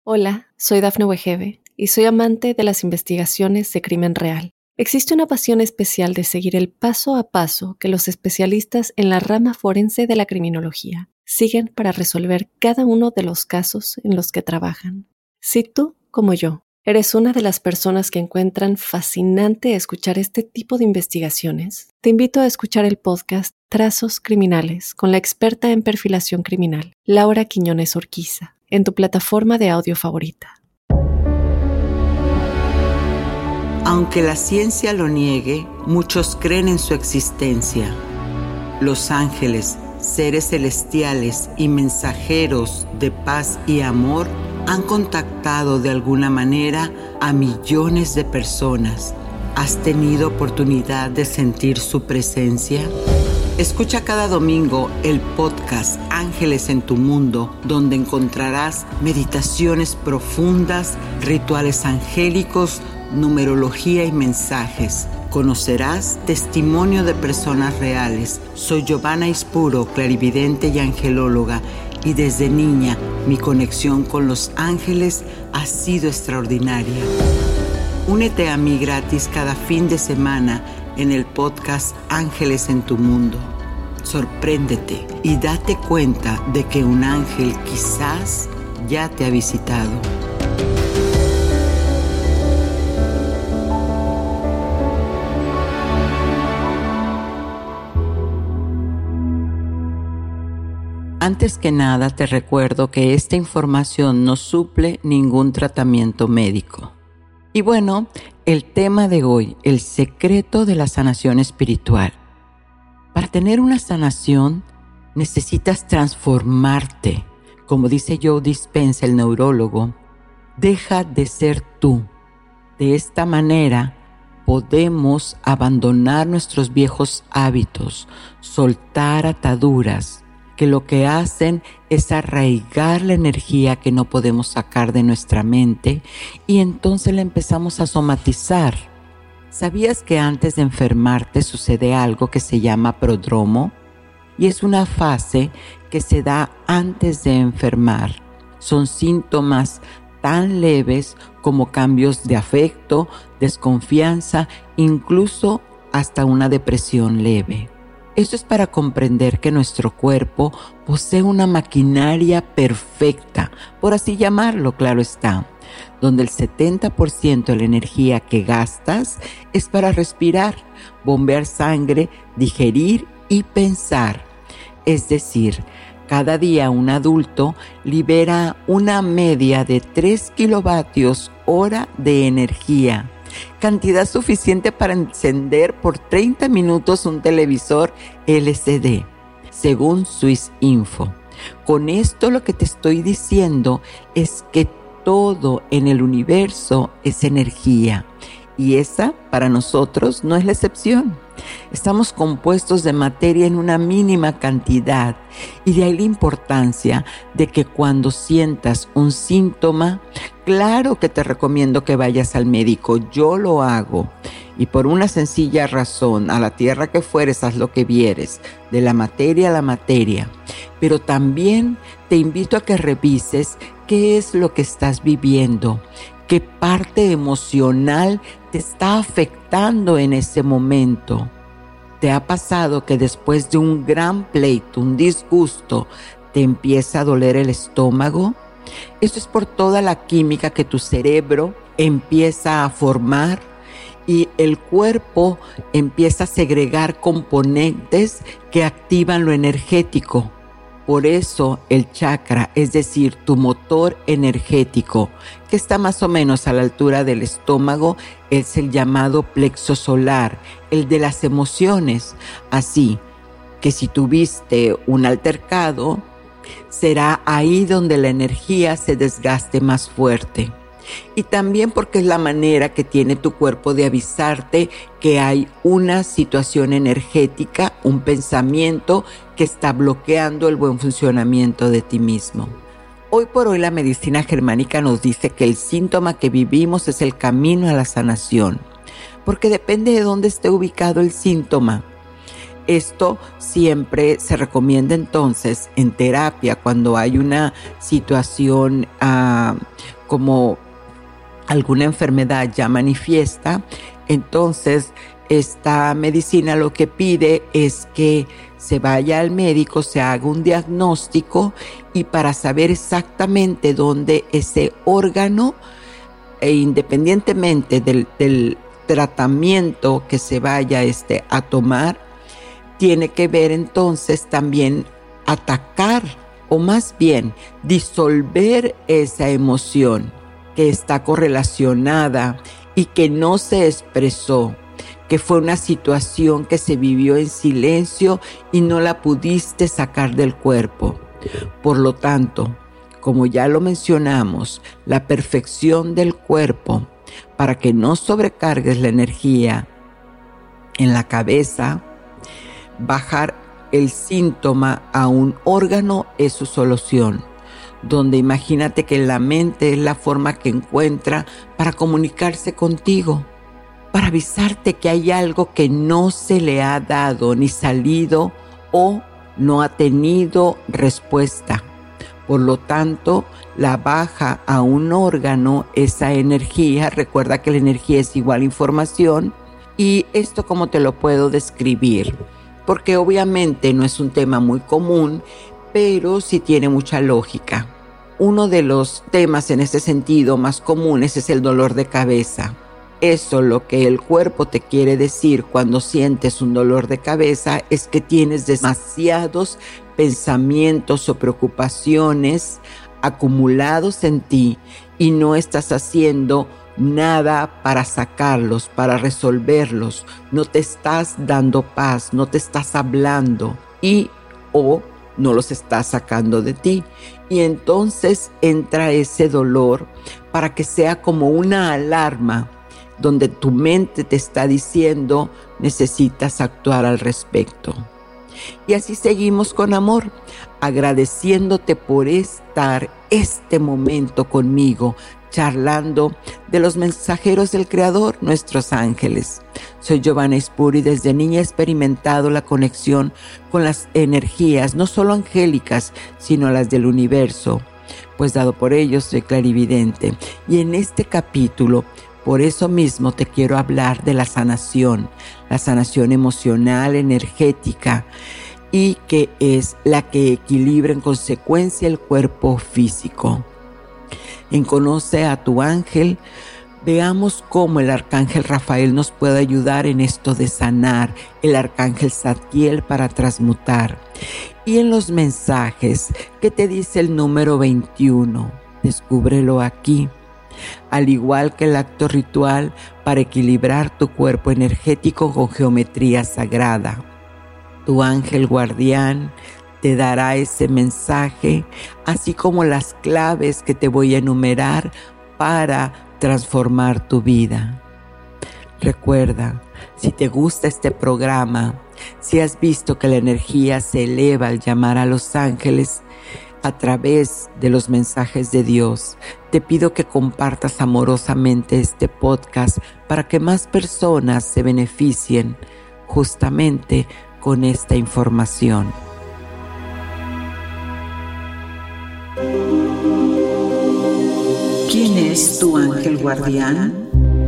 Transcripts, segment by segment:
Hola, soy Dafne Wegebe y soy amante de las investigaciones de crimen real. Existe una pasión especial de seguir el paso a paso que los especialistas en la rama forense de la criminología siguen para resolver cada uno de los casos en los que trabajan. Si tú, como yo, eres una de las personas que encuentran fascinante escuchar este tipo de investigaciones, te invito a escuchar el podcast Trazos Criminales con la experta en perfilación criminal, Laura Quiñones Orquiza, en tu plataforma de audio favorita. Aunque la ciencia lo niegue, muchos creen en su existencia. Los ángeles, seres celestiales y mensajeros de paz y amor han contactado de alguna manera a millones de personas. ¿Has tenido oportunidad de sentir su presencia? Escucha cada domingo el podcast Ángeles en tu Mundo, donde encontrarás meditaciones profundas, rituales angélicos, numerología y mensajes. Conocerás testimonio de personas reales. Soy Giovanna Ispuro, clarividente y angelóloga, y desde niña mi conexión con los ángeles ha sido extraordinaria. Únete a mí gratis cada fin de semana en el podcast Ángeles en tu Mundo. Sorpréndete y date cuenta de que un ángel quizás ya te ha visitado. Antes que nada te recuerdo que esta información no suple ningún tratamiento médico. Y bueno, el tema de hoy, el secreto de la sanación espiritual. Para tener una sanación necesitas transformarte. Como dice Joe Dispenza, el neurólogo, deja de ser tú. De esta manera podemos abandonar nuestros viejos hábitos, soltar ataduras, que lo que hacen es arraigar la energía que no podemos sacar de nuestra mente y entonces la empezamos a somatizar. ¿Sabías que antes de enfermarte sucede algo que se llama prodromo? Y es una fase que se da antes de enfermar. Son síntomas tan leves como cambios de afecto, desconfianza, incluso hasta una depresión leve. Esto es para comprender que nuestro cuerpo posee una maquinaria perfecta, por así llamarlo, claro está, donde el 70% de la energía que gastas es para respirar, bombear sangre, digerir y pensar. Es decir, cada día un adulto libera una media de 3 kilovatios hora de energía, cantidad suficiente para encender por 30 minutos un televisor LCD, según Swiss Info. Con esto lo que te estoy diciendo es que todo en el universo es energía y esa para nosotros no es la excepción. Estamos compuestos de materia en una mínima cantidad y de ahí la importancia de que cuando sientas un síntoma, claro que te recomiendo que vayas al médico. Yo lo hago y por una sencilla razón, a la tierra que fueres, haz lo que vieres, de la materia a la materia. Pero también te invito a que revises qué es lo que estás viviendo, qué parte emocional te está afectando en ese momento. ¿Te ha pasado que después de un gran pleito, un disgusto, te empieza a doler el estómago? Esto es por toda la química que tu cerebro empieza a formar y el cuerpo empieza a segregar componentes que activan lo energético. Por eso el chakra, es decir, tu motor energético, que está más o menos a la altura del estómago, es el llamado plexo solar, el de las emociones. Así que si tuviste un altercado, será ahí donde la energía se desgaste más fuerte. Y también porque es la manera que tiene tu cuerpo de avisarte que hay una situación energética, un pensamiento que está bloqueando el buen funcionamiento de ti mismo. Hoy por hoy la medicina germánica nos dice que el síntoma que vivimos es el camino a la sanación, porque depende de dónde esté ubicado el síntoma. Esto siempre se recomienda entonces en terapia cuando hay una situación como alguna enfermedad ya manifiesta. Entonces esta medicina lo que pide es que se vaya al médico, se haga un diagnóstico y para saber exactamente dónde ese órgano, independientemente del tratamiento que se vaya a tomar, tiene que ver entonces también atacar o más bien disolver esa emoción que está correlacionada y que no se expresó, que fue una situación que se vivió en silencio y no la pudiste sacar del cuerpo. Por lo tanto, como ya lo mencionamos, la perfección del cuerpo para que no sobrecargues la energía en la cabeza, bajar el síntoma a un órgano es su solución, donde imagínate que la mente es la forma que encuentra para comunicarse contigo, para avisarte que hay algo que no se le ha dado ni salido o no ha tenido respuesta. Por lo tanto, la baja a un órgano esa energía. Recuerda que la energía es igual a información. Y esto, ¿cómo te lo puedo describir? Porque obviamente no es un tema muy común, pero sí tiene mucha lógica. Uno de los temas en ese sentido más comunes es el dolor de cabeza. Eso, lo que el cuerpo te quiere decir cuando sientes un dolor de cabeza, es que tienes demasiados pensamientos o preocupaciones acumulados en ti y no estás haciendo nada para sacarlos, para resolverlos. No te estás dando paz, no te estás hablando o no los estás sacando de ti. Y entonces entra ese dolor para que sea como una alarma donde tu mente te está diciendo necesitas actuar al respecto. Y así seguimos con amor, agradeciéndote por estar este momento conmigo, charlando de los mensajeros del Creador, nuestros ángeles. Soy Giovanna Spuri, desde niña he experimentado la conexión con las energías, no solo angélicas, sino las del universo, pues dado por ellos soy clarividente. Y en este capítulo, por eso mismo te quiero hablar de la sanación emocional, energética, y que es la que equilibra en consecuencia el cuerpo físico. En Conoce a tu ángel, veamos cómo el arcángel Rafael nos puede ayudar en esto de sanar, el arcángel Zadkiel para transmutar. Y en los mensajes, ¿qué te dice el número 21? Descúbrelo aquí. Al igual que el acto ritual para equilibrar tu cuerpo energético con geometría sagrada, tu ángel guardián te dará ese mensaje, así como las claves que te voy a enumerar para transformar tu vida. Recuerda, si te gusta este programa, si has visto que la energía se eleva al llamar a los ángeles a través de los mensajes de Dios, te pido que compartas amorosamente este podcast para que más personas se beneficien justamente con esta información. ¿Quién es tu ángel guardián?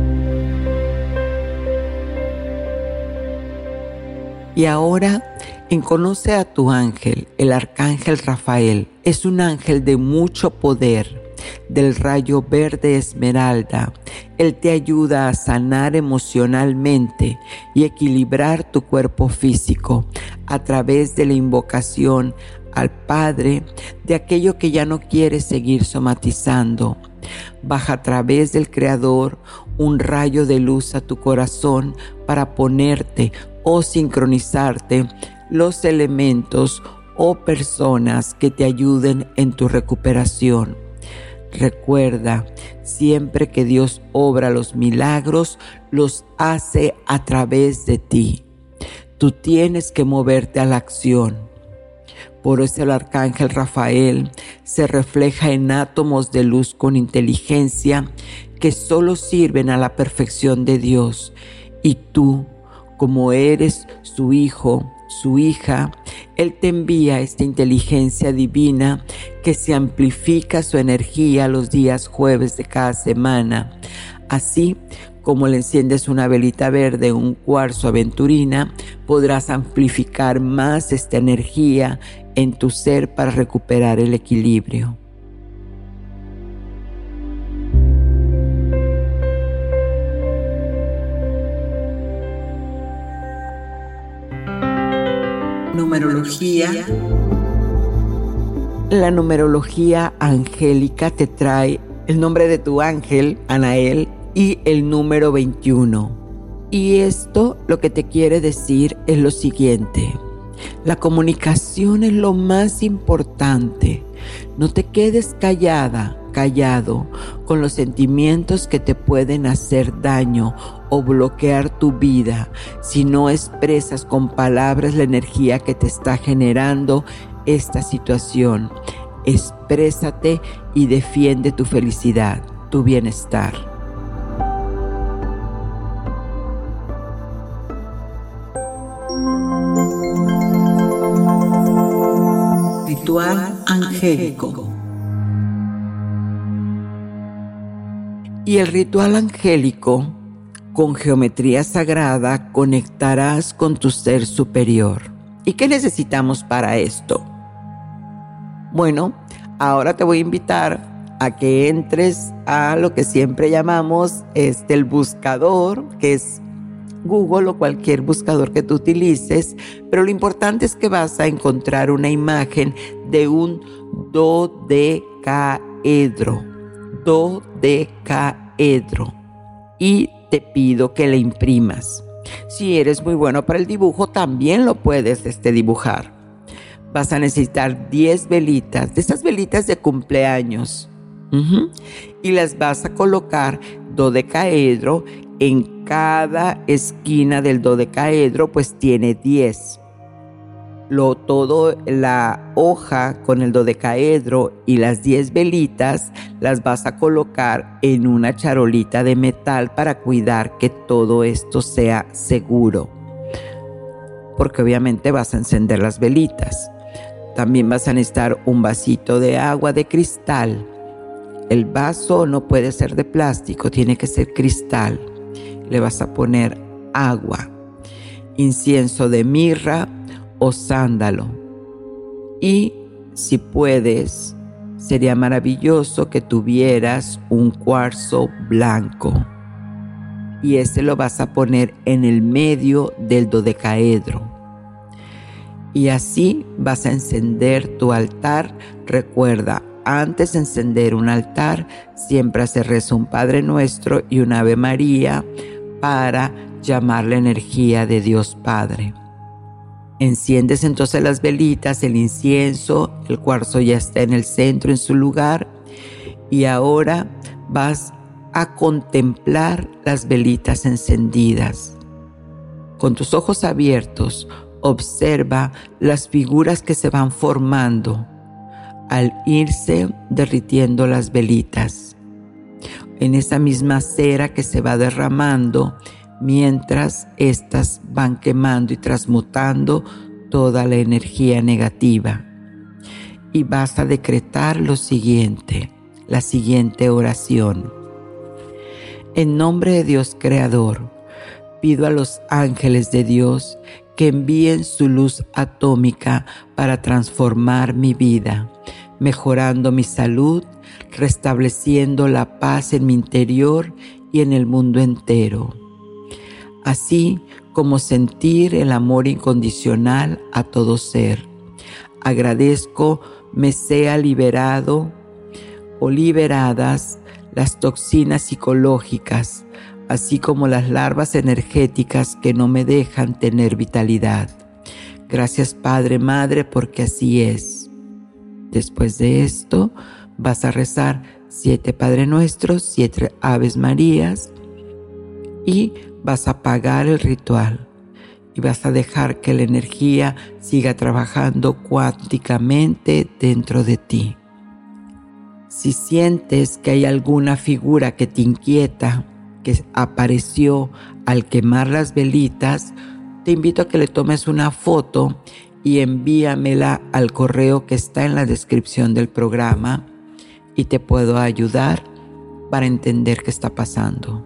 Y ahora, en Conoce a tu ángel, el arcángel Rafael es un ángel de mucho poder, del rayo verde esmeralda. Él te ayuda a sanar emocionalmente y equilibrar tu cuerpo físico a través de la invocación al Padre de aquello que ya no quiere seguir somatizando. Baja a través del Creador un rayo de luz a tu corazón para ponerte o sincronizarte los elementos o personas que te ayuden en tu recuperación. Recuerda, siempre que Dios obra los milagros, los hace a través de ti. Tú tienes que moverte a la acción. Por eso el arcángel Rafael se refleja en átomos de luz con inteligencia que solo sirven a la perfección de Dios. Y tú, como eres su hijo, su hija, Él te envía esta inteligencia divina que se amplifica su energía los días jueves de cada semana. Así como le enciendes una velita verde, un cuarzo aventurina, podrás amplificar más esta energía en tu ser para recuperar el equilibrio. Numerología. La numerología angélica te trae el nombre de tu ángel, Anael, y el número 21. Y esto lo que te quiere decir es lo siguiente: la comunicación es lo más importante. No te quedes callado con los sentimientos que te pueden hacer daño o bloquear tu vida si no expresas con palabras la energía que te está generando esta situación. Exprésate y defiende tu felicidad, tu bienestar. Ritual angélico. Y el ritual angélico, con geometría sagrada, conectarás con tu ser superior. ¿Y qué necesitamos para esto? Bueno, ahora te voy a invitar a que entres a lo que siempre llamamos el buscador, que es Google o cualquier buscador que tú utilices, pero lo importante es que vas a encontrar una imagen de un dodecaedro, y te pido que le imprimas. Si eres muy bueno para el dibujo, también lo puedes dibujar. Vas a necesitar 10 velitas, de esas velitas de cumpleaños, y las vas a colocar dodecaedro. En cada esquina del dodecaedro pues tiene 10. Todo la hoja con el dodecaedro y las 10 velitas las vas a colocar en una charolita de metal para cuidar que todo esto sea seguro, porque obviamente vas a encender las velitas. También vas a necesitar un vasito de agua de cristal. El vaso no puede ser de plástico, tiene que ser cristal. Le vas a poner agua, incienso de mirra o sándalo. Y si puedes, sería maravilloso que tuvieras un cuarzo blanco. Y ese lo vas a poner en el medio del dodecaedro. Y así vas a encender tu altar. Recuerda, antes de encender un altar, siempre se reza un Padre Nuestro y un Ave María para llamar la energía de Dios Padre. Enciendes entonces las velitas, el incienso, el cuarzo ya está en el centro, en su lugar, y ahora vas a contemplar las velitas encendidas. Con tus ojos abiertos, observa las figuras que se van formando al irse derritiendo las velitas. En esa misma cera que se va derramando mientras estas van quemando y transmutando toda la energía negativa. Y vas a decretar lo siguiente, la siguiente oración. En nombre de Dios Creador, pido a los ángeles de Dios que envíen su luz atómica para transformar mi vida, mejorando mi salud, restableciendo la paz en mi interior y en el mundo entero, así como sentir el amor incondicional a todo ser. Agradezco me sea liberado o liberadas las toxinas psicológicas, así como las larvas energéticas que no me dejan tener vitalidad. Gracias Padre, Madre, porque así es. Después de esto, vas a rezar 7 Padre Nuestros, 7 Aves Marías y vas a apagar el ritual y vas a dejar que la energía siga trabajando cuánticamente dentro de ti. Si sientes que hay alguna figura que te inquieta, que apareció al quemar las velitas, te invito a que le tomes una foto y envíamela al correo que está en la descripción del programa y te puedo ayudar para entender qué está pasando.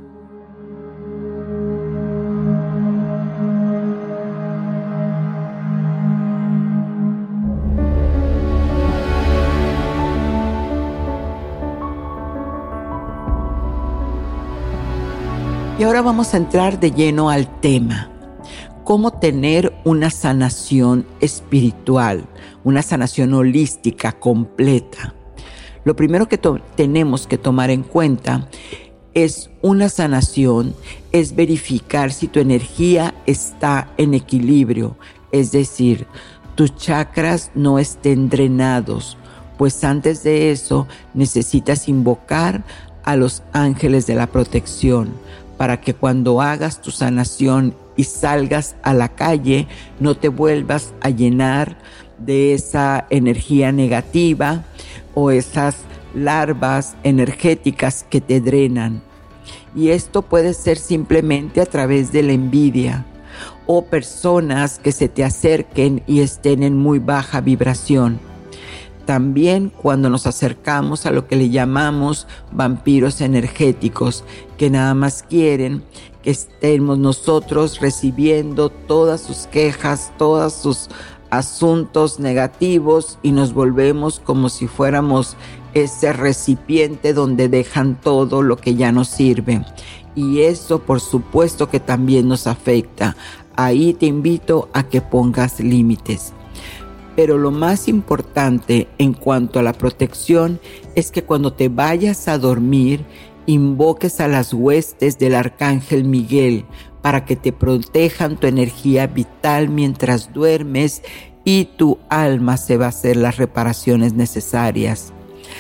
Y ahora vamos a entrar de lleno al tema. Cómo tener una sanación espiritual, una sanación holística completa. Lo primero que tenemos que tomar en cuenta es una sanación, es verificar si tu energía está en equilibrio, es decir, tus chakras no estén drenados, pues antes de eso necesitas invocar a los ángeles de la protección para que cuando hagas tu sanación y salgas a la calle, no te vuelvas a llenar de esa energía negativa o esas larvas energéticas que te drenan. Y esto puede ser simplemente a través de la envidia o personas que se te acerquen y estén en muy baja vibración. También cuando nos acercamos a lo que le llamamos vampiros energéticos, que nada más quieren que estemos nosotros recibiendo todas sus quejas, todos sus asuntos negativos y nos volvemos como si fuéramos ese recipiente donde dejan todo lo que ya no sirve. Y eso por supuesto que también nos afecta. Ahí te invito a que pongas límites. Pero lo más importante en cuanto a la protección es que cuando te vayas a dormir, invoques a las huestes del Arcángel Miguel para que te protejan tu energía vital mientras duermes y tu alma se va a hacer las reparaciones necesarias.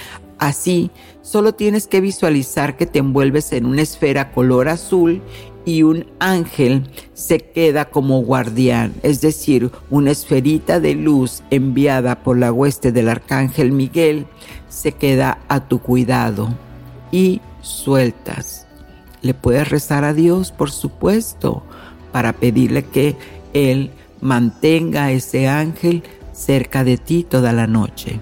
Así, solo tienes que visualizar que te envuelves en una esfera color azul y un ángel se queda como guardián, es decir, una esferita de luz enviada por la hueste del Arcángel Miguel se queda a tu cuidado y sueltas. Le puedes rezar a Dios, por supuesto, para pedirle que Él mantenga a ese ángel cerca de ti toda la noche.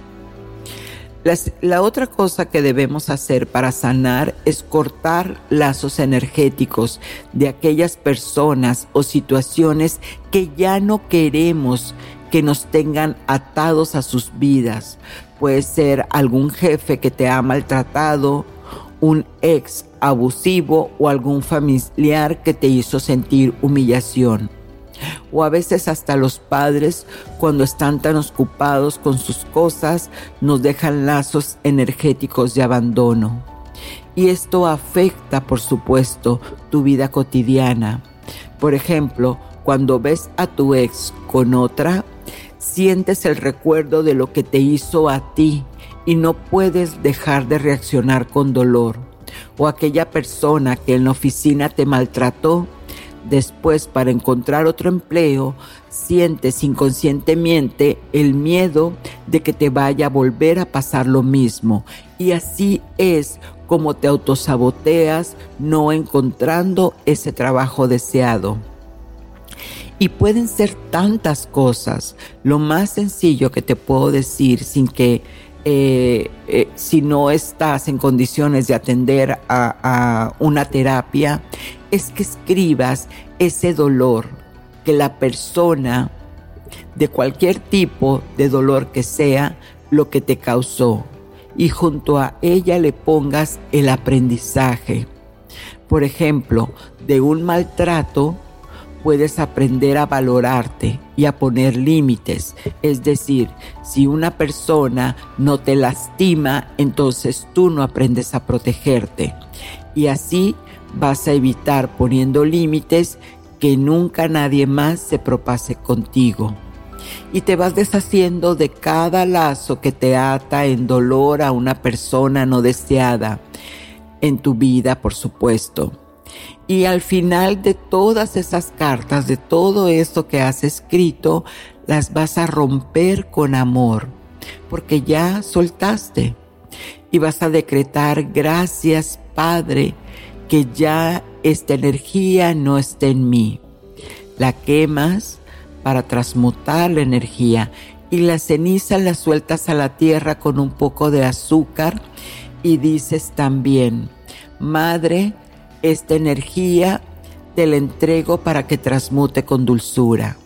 La otra cosa que debemos hacer para sanar es cortar lazos energéticos de aquellas personas o situaciones que ya no queremos que nos tengan atados a sus vidas. Puede ser algún jefe que te ha maltratado, un ex abusivo o algún familiar que te hizo sentir humillación. O a veces hasta los padres, cuando están tan ocupados con sus cosas, nos dejan lazos energéticos de abandono. Y esto afecta, por supuesto, tu vida cotidiana. Por ejemplo, cuando ves a tu ex con otra, sientes el recuerdo de lo que te hizo a ti y no puedes dejar de reaccionar con dolor. O aquella persona que en la oficina te maltrató, después, para encontrar otro empleo, sientes inconscientemente el miedo de que te vaya a volver a pasar lo mismo. Y así es como te autosaboteas, no encontrando ese trabajo deseado. Y pueden ser tantas cosas. Lo más sencillo que te puedo decir sin que si no estás en condiciones de atender a una terapia, es que escribas ese dolor que la persona, de cualquier tipo de dolor que sea, lo que te causó, y junto a ella le pongas el aprendizaje. Por ejemplo, de un maltrato puedes aprender a valorarte y a poner límites. Es decir, si una persona no te lastima, entonces tú no aprendes a protegerte. Y así vas a evitar poniendo límites que nunca nadie más se propase contigo. Y te vas deshaciendo de cada lazo que te ata en dolor a una persona no deseada en tu vida, por supuesto. Y al final de todas esas cartas, de todo esto que has escrito, las vas a romper con amor, porque ya soltaste. Y vas a decretar: gracias, Padre, que ya esta energía no está en mí. la quemas para transmutar la energía y la ceniza la sueltas a la tierra con un poco de azúcar y dices también: Madre, esta energía te la entrego para que transmute con dulzura.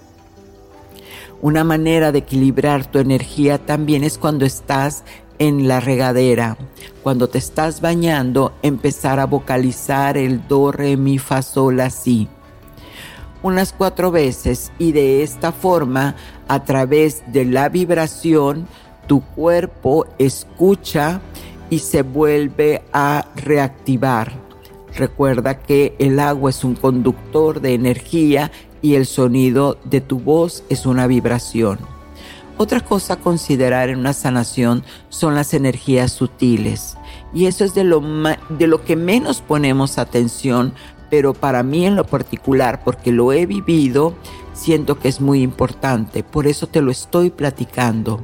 Una manera de equilibrar tu energía también es cuando estás en la regadera, cuando te estás bañando, empezar a vocalizar el do, re, mi, fa, sol, la, si. Unas 4 veces, y de esta forma, a través de la vibración, tu cuerpo escucha y se vuelve a reactivar. Recuerda que el agua es un conductor de energía y el sonido de tu voz es una vibración. Otra cosa a considerar en una sanación son las energías sutiles. Y eso es de lo que menos ponemos atención, pero para mí en lo particular, porque lo he vivido, siento que es muy importante. Por eso te lo estoy platicando.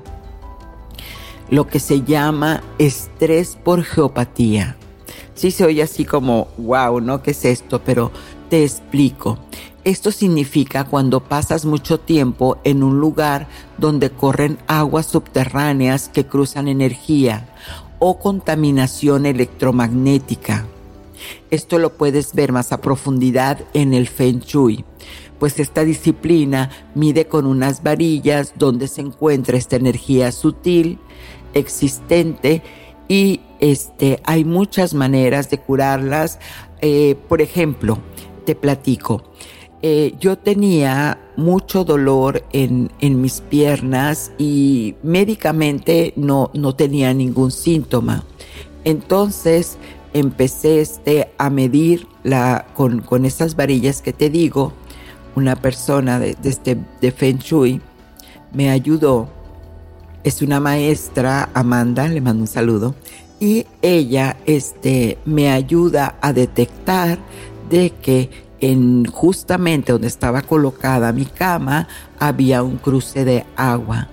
Lo que se llama estrés por geopatía. Sí se oye así como, wow, ¿no? ¿Qué es esto? Pero te explico. Esto significa cuando pasas mucho tiempo en un lugar donde corren aguas subterráneas que cruzan energía o contaminación electromagnética. Esto lo puedes ver más a profundidad en el Feng Shui, pues esta disciplina mide con unas varillas donde se encuentra esta energía sutil existente y hay muchas maneras de curarlas. Por ejemplo, te platico. Yo tenía mucho dolor en mis piernas y médicamente no tenía ningún síntoma. Entonces empecé a medir con esas varillas que te digo. Una persona de Feng Shui me ayudó. Es una maestra, Amanda, le mando un saludo. Y ella me ayuda a detectar de que justamente donde estaba colocada mi cama había un cruce de agua.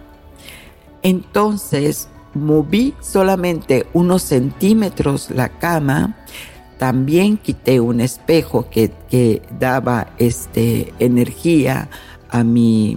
Entonces moví solamente unos centímetros la cama. También quité un espejo que daba energía a mi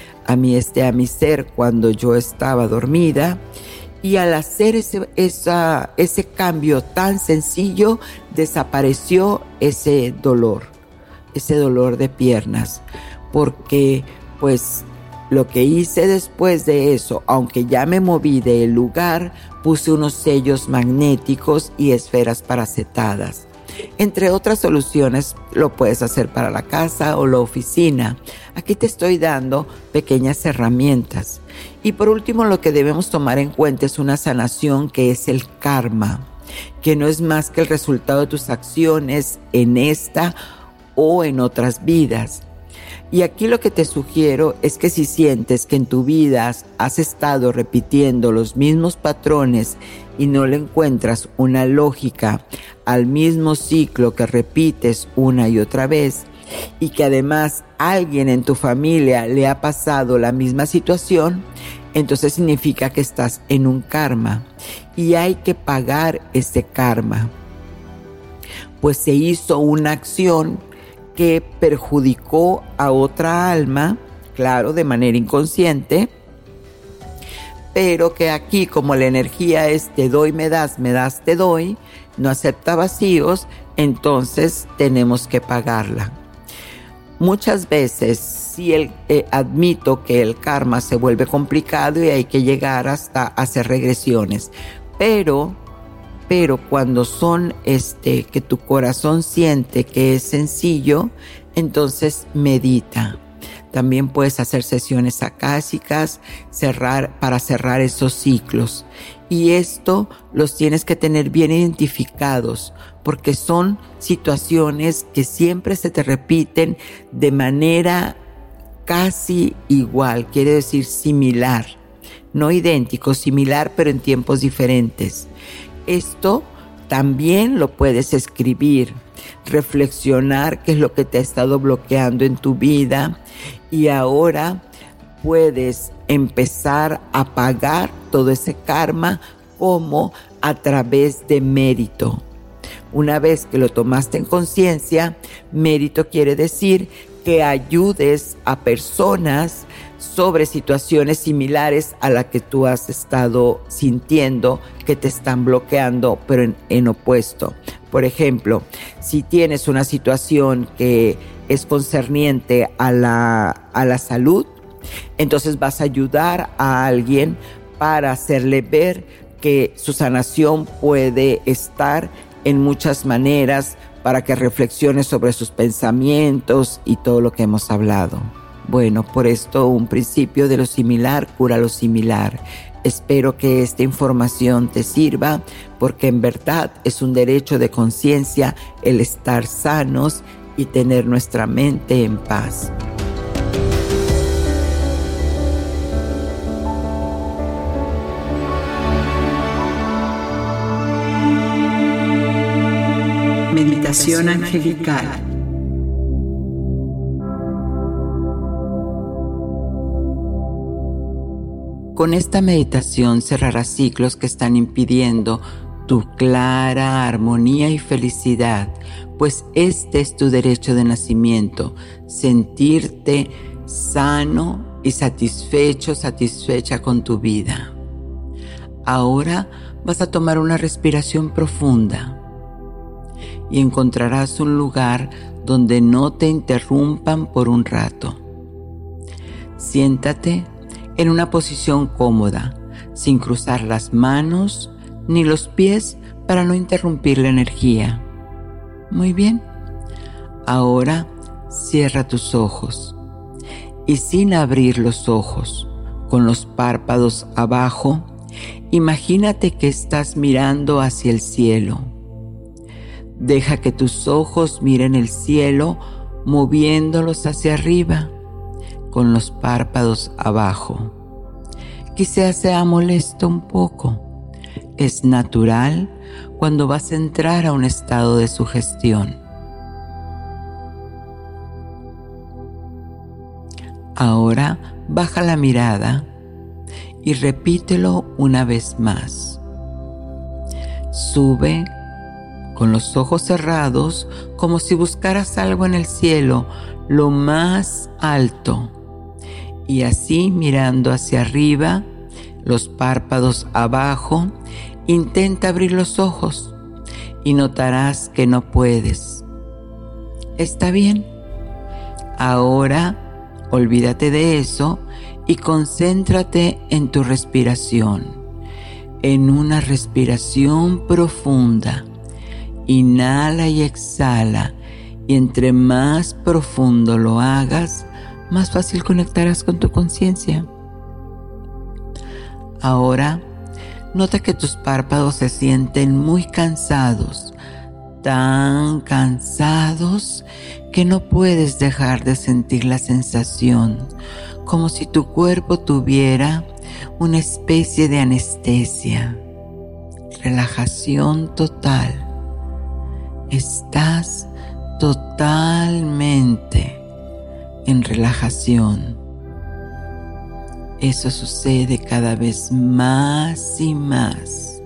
ser cuando yo estaba dormida. Y al hacer ese cambio tan sencillo, desapareció ese dolor de piernas, porque pues lo que hice después de eso, aunque ya me moví del lugar, puse unos sellos magnéticos y esferas paracetadas. Entre otras soluciones, lo puedes hacer para la casa o la oficina. Aquí te estoy dando pequeñas herramientas. Y por último, lo que debemos tomar en cuenta es una sanación que es el karma, que no es más que el resultado de tus acciones en esta o en otras vidas. Y aquí lo que te sugiero es que si sientes que en tu vida has estado repitiendo los mismos patrones y no le encuentras una lógica al mismo ciclo que repites una y otra vez, y que además alguien en tu familia le ha pasado la misma situación, entonces significa que estás en un karma y hay que pagar ese karma. Pues se hizo una acción que perjudicó a otra alma, claro, de manera inconsciente, pero que aquí, como la energía es te doy, me das, te doy, no acepta vacíos, entonces tenemos que pagarla. Muchas veces sí admito que el karma se vuelve complicado y hay que llegar hasta hacer regresiones, pero cuando son que tu corazón siente que es sencillo, entonces medita. También puedes hacer sesiones acásicas para cerrar esos ciclos. Y esto los tienes que tener bien identificados, porque son situaciones que siempre se te repiten de manera casi igual, quiere decir similar. No idéntico, similar, pero en tiempos diferentes. Esto también lo puedes escribir, reflexionar qué es lo que te ha estado bloqueando en tu vida y ahora puedes empezar a pagar todo ese karma como a través de mérito. Una vez que lo tomaste en conciencia, mérito quiere decir que ayudes a personas sobre situaciones similares a la que tú has estado sintiendo que te están bloqueando, pero en opuesto. Por ejemplo, si tienes una situación que es concerniente a la salud, entonces vas a ayudar a alguien para hacerle ver que su sanación puede estar en muchas maneras, para que reflexione sobre sus pensamientos y todo lo que hemos hablado. Bueno, por esto un principio de lo similar cura lo similar. Espero que esta información te sirva, porque en verdad es un derecho de conciencia el estar sanos y tener nuestra mente en paz. Meditación angelical. Con esta meditación cerrarás ciclos que están impidiendo tu clara armonía y felicidad, pues este es tu derecho de nacimiento, sentirte sano y satisfecha con tu vida. Ahora vas a tomar una respiración profunda y encontrarás un lugar donde no te interrumpan por un rato. Siéntate en una posición cómoda, sin cruzar las manos ni los pies para no interrumpir la energía. Muy bien. Ahora cierra tus ojos y, sin abrir los ojos, con los párpados abajo, imagínate que estás mirando hacia el cielo. Deja que tus ojos miren el cielo, moviéndolos hacia arriba, con los párpados abajo. Quizás sea molesto un poco. Es natural cuando vas a entrar a un estado de sugestión. Ahora baja la mirada y repítelo una vez más. Sube con los ojos cerrados, como si buscaras algo en el cielo, lo más alto. Y así, mirando hacia arriba, los párpados abajo, intenta abrir los ojos y notarás que no puedes. ¿Está bien? Ahora, olvídate de eso y concéntrate en tu respiración, en una respiración profunda. Inhala y exhala, y entre más profundo lo hagas, más fácil conectarás con tu conciencia. Ahora, nota que tus párpados se sienten muy cansados, tan cansados que no puedes dejar de sentir la sensación, como si tu cuerpo tuviera una especie de anestesia. Relajación total. Estás totalmente en relajación. Eso sucede cada vez más y más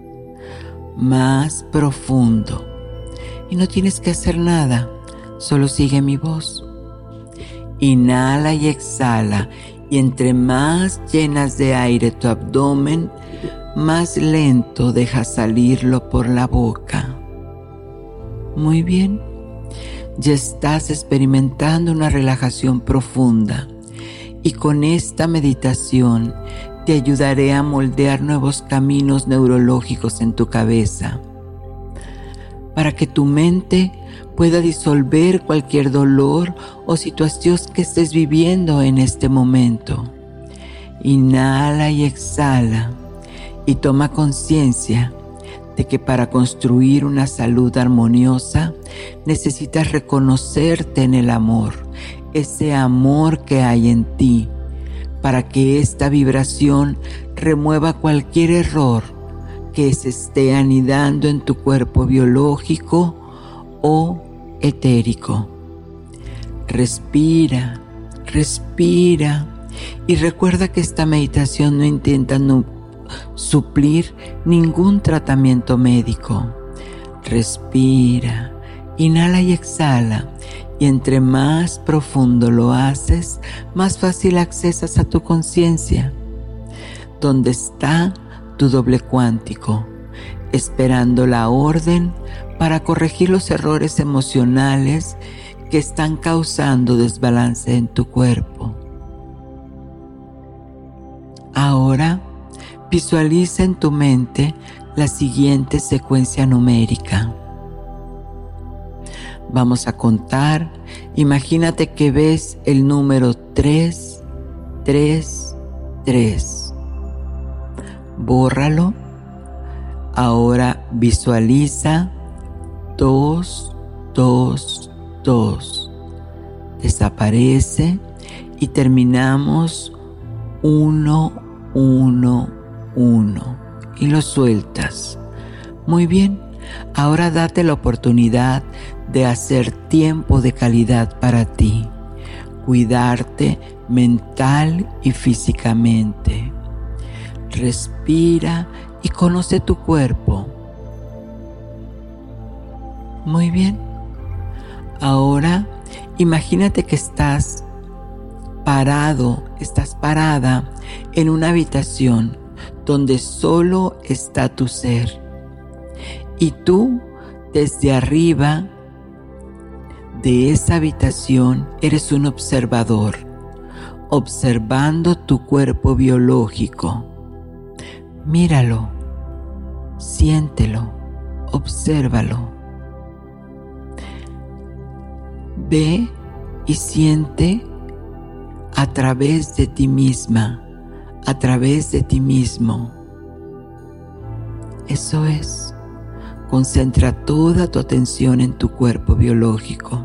profundo. Y no tienes que hacer nada, solo sigue mi voz. Inhala y exhala, y entre más llenas de aire tu abdomen, más lento dejas salirlo por la boca. Muy bien, ya estás experimentando una relajación profunda, y con esta meditación te ayudaré a moldear nuevos caminos neurológicos en tu cabeza, para que tu mente pueda disolver cualquier dolor o situación que estés viviendo en este momento. Inhala y exhala, y toma conciencia de que para construir una salud armoniosa necesitas reconocerte en el amor, ese amor que hay en ti, para que esta vibración remueva cualquier error que se esté anidando en tu cuerpo biológico o etérico. Respira, respira, y recuerda que esta meditación no intenta suplir ningún tratamiento médico. Respira, inhala y exhala, Y entre más profundo lo haces, más fácil accesas a tu conciencia, donde está tu doble cuántico, esperando la orden para corregir los errores emocionales que están causando desbalance en tu cuerpo. Ahora, visualiza en tu mente la siguiente secuencia numérica. Vamos a contar. Imagínate que ves el número 3, 3, 3. Bórralo. Ahora visualiza 2, 2, 2. Desaparece y terminamos 1, 1, 1. Y lo sueltas. Muy bien. Ahora date la oportunidad de hacer tiempo de calidad para ti, cuidarte mental y físicamente. Respira y conoce tu cuerpo. Muy bien. Ahora imagínate que estás parada en una habitación donde solo está tu ser. Y tú, desde arriba de esa habitación, eres un observador, observando tu cuerpo biológico. Míralo, siéntelo, obsérvalo. Ve y siente a través de ti misma, a través de ti mismo. Eso es. Concentra toda tu atención en tu cuerpo biológico.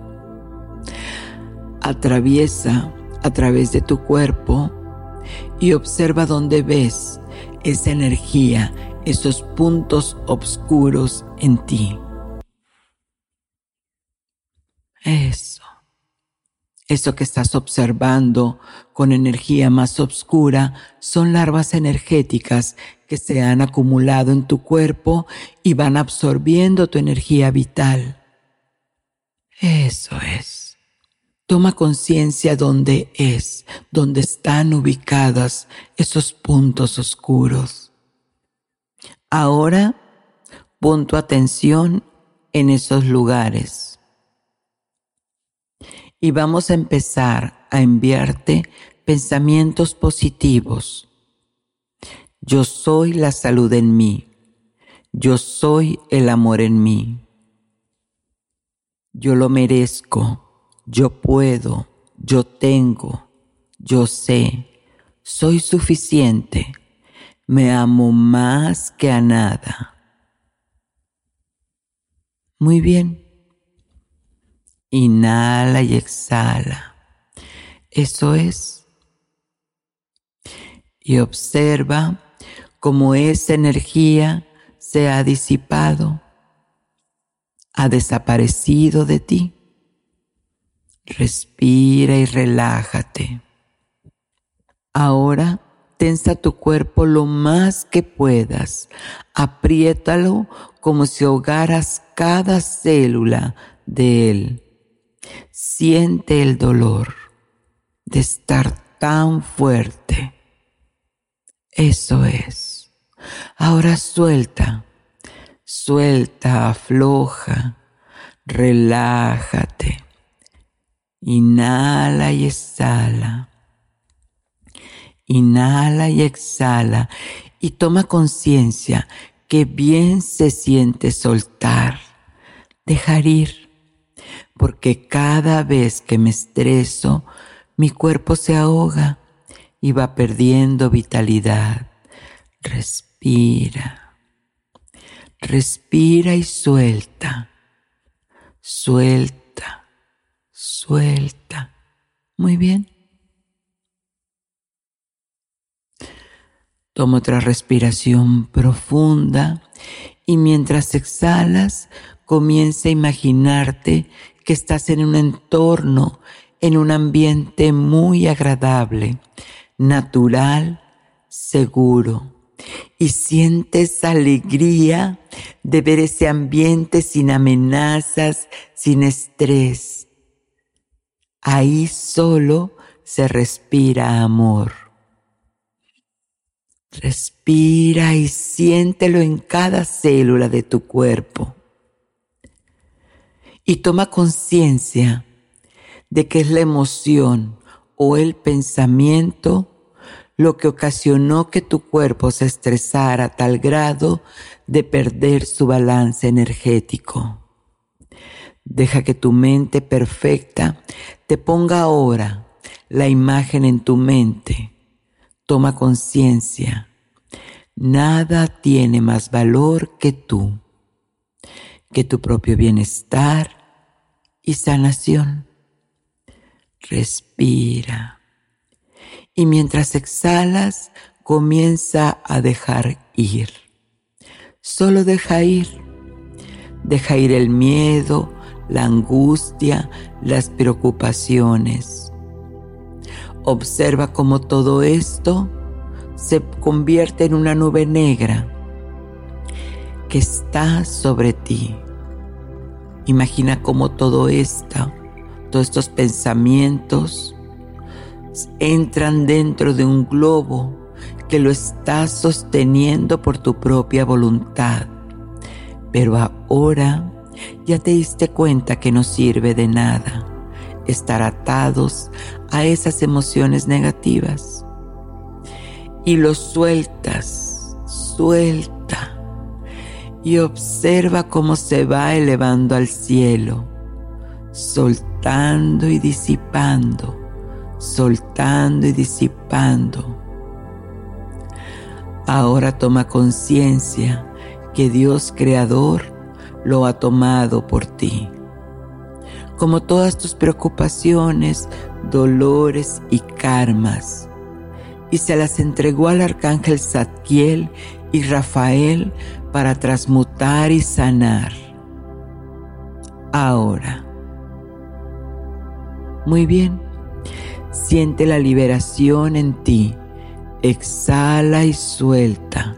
Atraviesa a través de tu cuerpo y observa dónde ves esa energía, esos puntos oscuros en ti. Eso que estás observando con energía más oscura son larvas energéticas que se han acumulado en tu cuerpo y van absorbiendo tu energía vital. Eso es. Toma conciencia dónde están ubicadas esos puntos oscuros. Ahora pon tu atención en esos lugares. Y vamos a empezar a enviarte pensamientos positivos. Yo soy la salud en mí. Yo soy el amor en mí. Yo lo merezco. Yo puedo. Yo tengo. Yo sé. Soy suficiente. Me amo más que a nada. Muy bien. Inhala y exhala. Eso es. Y observa cómo esa energía se ha disipado, ha desaparecido de ti. Respira y relájate. Ahora tensa tu cuerpo lo más que puedas. Apriétalo como si ahogaras cada célula de él. Siente el dolor de estar tan fuerte. Eso es. Ahora suelta, afloja, relájate. Inhala y exhala. Inhala y exhala. Y toma conciencia que bien se siente soltar, dejar ir. Porque cada vez que me estreso, mi cuerpo se ahoga y va perdiendo vitalidad. Respira. Respira y suelta. Suelta. Suelta. Muy bien. Toma otra respiración profunda y mientras exhalas, comienza a imaginarte que estás en un entorno, en un ambiente muy agradable, natural, seguro. Y sientes alegría de ver ese ambiente sin amenazas, sin estrés. Ahí solo se respira amor. Respira y siéntelo en cada célula de tu cuerpo. Y toma conciencia de que es la emoción o el pensamiento lo que ocasionó que tu cuerpo se estresara a tal grado de perder su balance energético. Deja que tu mente perfecta te ponga ahora la imagen en tu mente. Toma conciencia. Nada tiene más valor que tu propio bienestar y sanación. Respira. Y mientras exhalas, comienza a dejar ir. Solo deja ir. Deja ir el miedo, la angustia, las preocupaciones. Observa cómo todo esto se convierte en una nube negra que está sobre ti. Imagina cómo todos estos pensamientos entran dentro de un globo que lo está sosteniendo por tu propia voluntad. Pero ahora ya te diste cuenta que no sirve de nada estar atados a esas emociones negativas. Y lo sueltas, suelta. Y observa cómo se va elevando al cielo, soltando y disipando. Soltando y disipando. Ahora toma conciencia que Dios Creador lo ha tomado por ti. Como todas tus preocupaciones, dolores y karmas, y se las entregó al arcángel Zadkiel y Rafael para transmutar y sanar. Ahora. Muy bien. Siente la liberación en ti. Exhala y suelta.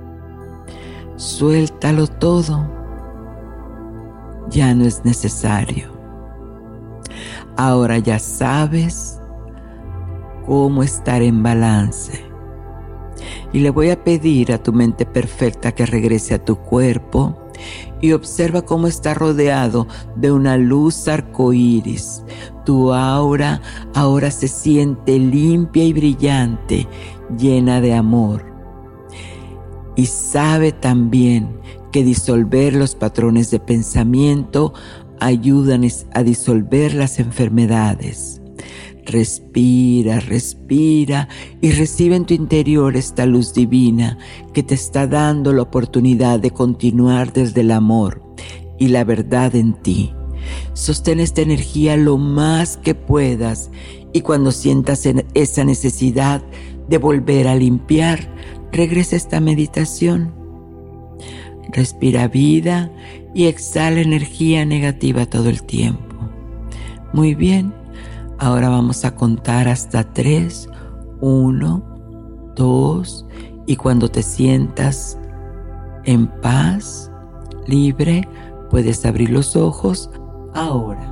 Suéltalo todo. Ya no es necesario. Ahora ya sabes cómo estar en balance. Y le voy a pedir a tu mente perfecta que regrese a tu cuerpo y observa cómo está rodeado de una luz arcoíris. Tu aura ahora se siente limpia y brillante, llena de amor. Y sabe también que disolver los patrones de pensamiento ayudan a disolver las enfermedades. Respira, respira y recibe en tu interior esta luz divina que te está dando la oportunidad de continuar desde el amor y la verdad en ti. Sostén esta energía lo más que puedas y cuando sientas esa necesidad de volver a limpiar, regresa a esta meditación. Respira vida y exhala energía negativa todo el tiempo. Muy bien. Ahora vamos a contar hasta 3, 1, 2 y cuando te sientas en paz, libre, puedes abrir los ojos ahora.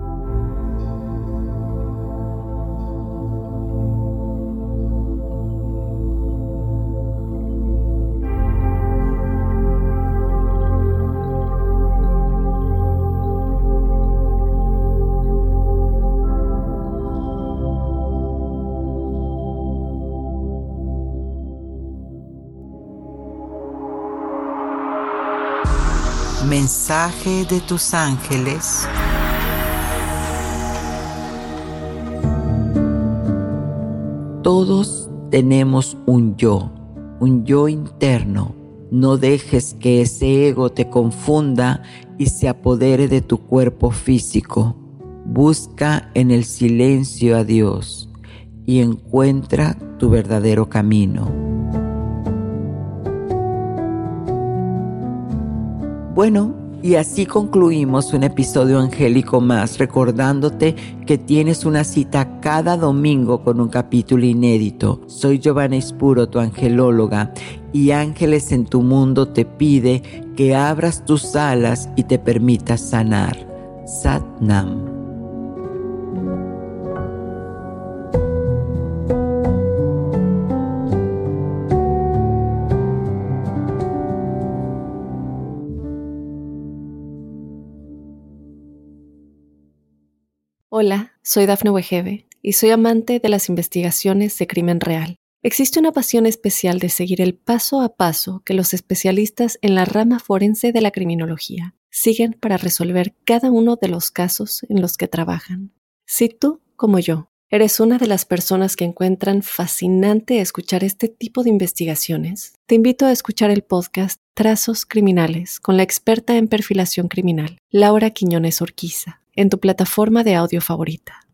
Mensaje de tus ángeles. Todos tenemos un yo interno. No dejes que ese ego te confunda y se apodere de tu cuerpo físico. Busca en el silencio a Dios y encuentra tu verdadero camino. Bueno, y así concluimos un episodio angélico más, recordándote que tienes una cita cada domingo con un capítulo inédito. Soy Giovanna Ispuro, tu angelóloga, y Ángeles en tu Mundo te pide que abras tus alas y te permitas sanar. Sat Nam. Hola, soy Dafne Wegebe y soy amante de las investigaciones de crimen real. Existe una pasión especial de seguir el paso a paso que los especialistas en la rama forense de la criminología siguen para resolver cada uno de los casos en los que trabajan. Si tú, como yo, eres una de las personas que encuentran fascinante escuchar este tipo de investigaciones, te invito a escuchar el podcast Trazos Criminales con la experta en perfilación criminal, Laura Quiñones Orquiza, en tu plataforma de audio favorita.